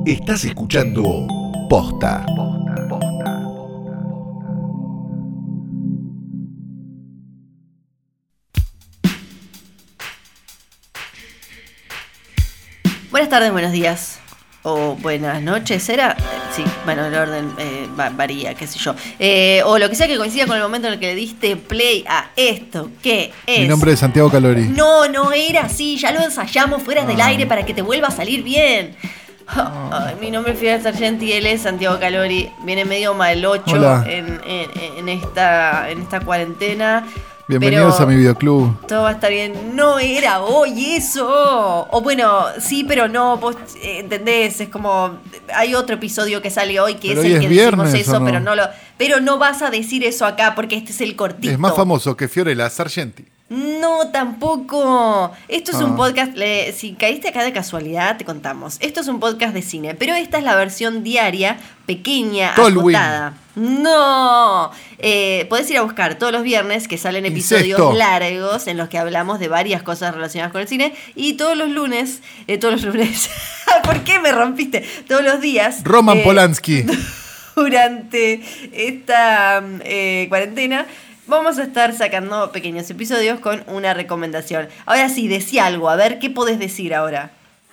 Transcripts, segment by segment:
Estás escuchando Posta. Buenas tardes, buenos días o buenas noches, ¿será? Sí, bueno, el orden varía, qué sé yo. O lo que sea que coincida con el momento en el que le diste play a esto, ¿qué es? Mi nombre es Santiago Calori. No era así, ya lo ensayamos fuera del aire para que te vuelva a salir bien. Ay, mi nombre es Fidel Sargenti y él es Santiago Calori. Viene medio malocho en esta cuarentena. Bienvenidos a mi videoclub. Todo va a estar bien. No era hoy eso. O bueno, sí, pero no. Vos entendés, es como... Hay otro episodio que sale hoy que pero es el que viernes, decimos eso, no? pero no vas a decir eso acá porque este es el cortito. Es más famoso que Fiorella Sargenti. No, tampoco. Esto es un podcast, si caíste acá de casualidad, te contamos. Esto es un podcast de cine, pero esta es la versión diaria, pequeña, Tolwyn. acotada. No, podés ir a buscar todos los viernes que salen episodios Incesto. largos en los que hablamos de varias cosas relacionadas con el cine. Y todos los lunes, ¿por qué me rompiste? Todos los días. Roman Polanski. Durante esta cuarentena vamos a estar sacando pequeños episodios con una recomendación. Ahora sí, decí algo, a ver, ¿qué podés decir ahora?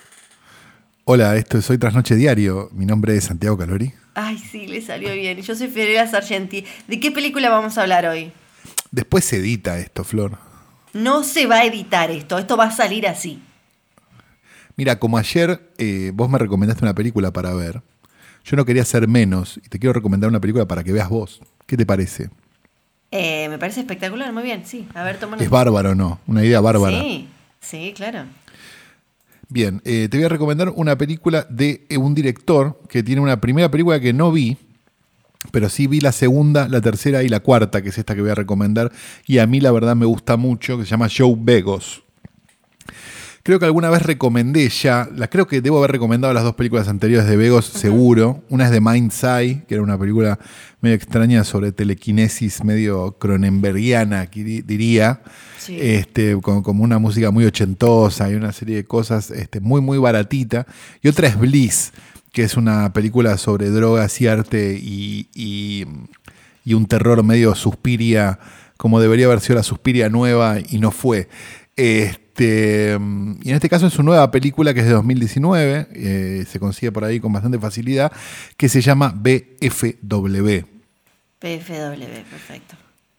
Hola, esto es Hoy Tras Noche Diario. Mi nombre es Santiago Calori. Ay, sí, le salió bien. Y yo soy Fiorella Sargenti. ¿De qué película vamos a hablar hoy? Después se edita esto, Flor. No se va a editar esto va a salir así. Mira, como ayer vos me recomendaste una película para ver, yo no quería hacer menos y te quiero recomendar una película para que veas vos. ¿Qué te parece? Me parece espectacular, muy bien, sí. A ver, toma nota. Es bárbaro, ¿no? Una idea bárbara. Sí, claro. Bien, te voy a recomendar una película de un director que tiene una primera película que no vi, pero sí vi la segunda, la tercera y la cuarta, que es esta que voy a recomendar, y a mí la verdad me gusta mucho, que se llama Joe Begos. Creo que alguna vez recomendé ya, creo que debo haber recomendado las dos películas anteriores de Begos, seguro. Una es de Mind's Eye, que era una película medio extraña sobre telequinesis, medio cronenbergiana, diría. Sí. Como una música muy ochentosa y una serie de cosas muy, muy baratita. Y otra es Bliss, que es una película sobre drogas y arte y un terror medio Suspiria, como debería haber sido la Suspiria nueva y no fue. Y en este caso es su nueva película que es de 2019, se consigue por ahí con bastante facilidad, que se llama BFW. BFW, perfecto.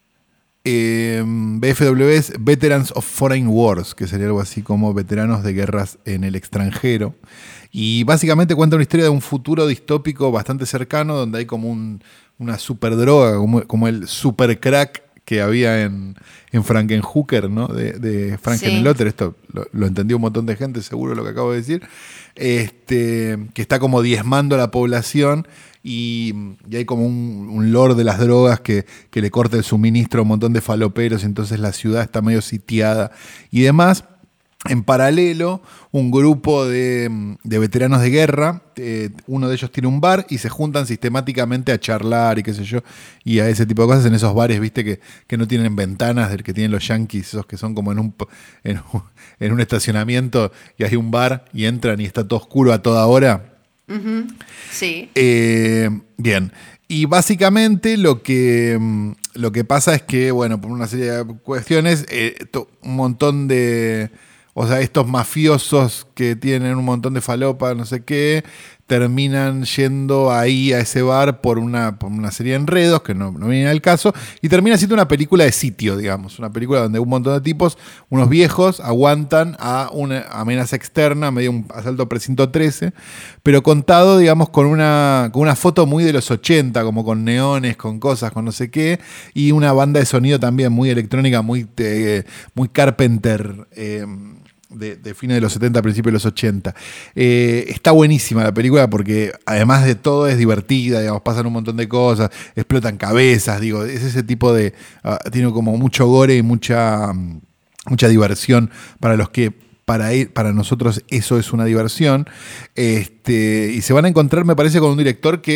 BFW es Veterans of Foreign Wars, que sería algo así como veteranos de guerras en el extranjero. Y básicamente cuenta una historia de un futuro distópico bastante cercano, donde hay como una superdroga, como el super crack que había en Frankenhooker, ¿no? De Frankenlotter. Esto lo entendió un montón de gente, seguro lo que acabo de decir. Que está como diezmando a la población y hay como un lord de las drogas que le corta el suministro a un montón de faloperos, y entonces la ciudad está medio sitiada y demás. En paralelo, un grupo de veteranos de guerra, uno de ellos tiene un bar y se juntan sistemáticamente a charlar y qué sé yo, y a ese tipo de cosas en esos bares, viste, que no tienen ventanas, del que tienen los yanquis, esos que son como en un estacionamiento y hay un bar y entran y está todo oscuro a toda hora. Uh-huh. Sí. Bien. Y básicamente lo que pasa es que, bueno, por una serie de cuestiones, un montón de... O sea, estos mafiosos que tienen un montón de falopa, no sé qué, terminan yendo ahí a ese bar por una serie de enredos que no vienen al caso, y termina siendo una película de sitio, digamos. Una película donde un montón de tipos, unos viejos, aguantan a una amenaza externa, medio un asalto precinto 13, pero contado, digamos, con una foto muy de los 80, como con neones, con cosas, con no sé qué, y una banda de sonido también muy electrónica, muy Carpenter, de fines de los 70, principios de los 80. Está buenísima la película porque además de todo es divertida, digamos, pasan un montón de cosas, explotan cabezas, digo, es ese tipo de... tiene como mucho gore y mucha diversión para los que... Para nosotros eso es una diversión. Y se van a encontrar, me parece, con un director que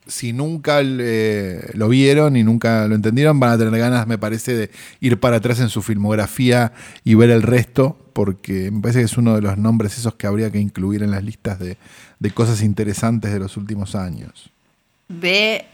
si nunca lo vieron y nunca lo entendieron, van a tener ganas, me parece, de ir para atrás en su filmografía y ver el resto, porque me parece que es uno de los nombres esos que habría que incluir en las listas de cosas interesantes de los últimos años. BFW.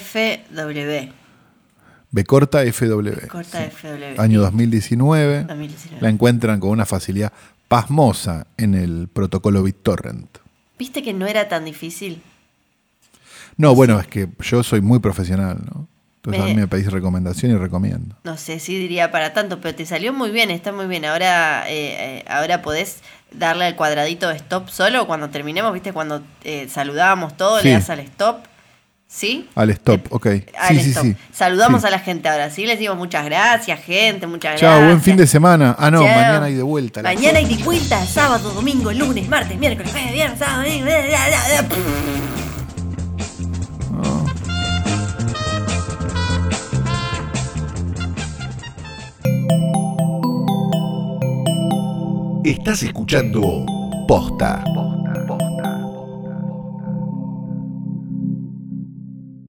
B corta FW. B corta FW. Año 2019. La encuentran con una facilidad pasmosa en el protocolo BitTorrent. ¿Viste que no era tan difícil? No, bueno, es que yo soy muy profesional, ¿no? Entonces a mí me pedís recomendación y recomiendo. No sé si diría para tanto, pero te salió muy bien, está muy bien. Ahora podés darle al cuadradito de stop solo cuando terminemos, ¿viste? Cuando saludábamos todo, sí. Le das al stop. ¿Sí? Al stop, ok. Sí. Saludamos a la gente ahora, ¿sí? Les digo muchas gracias, gente, muchas gracias. Chao, buen fin de semana. Ah, no, Chao. Mañana hay de vuelta. Mañana hay de vuelta, sábado, domingo, lunes, martes, miércoles, jueves, viernes, sábado, domingo. Estás escuchando Posta.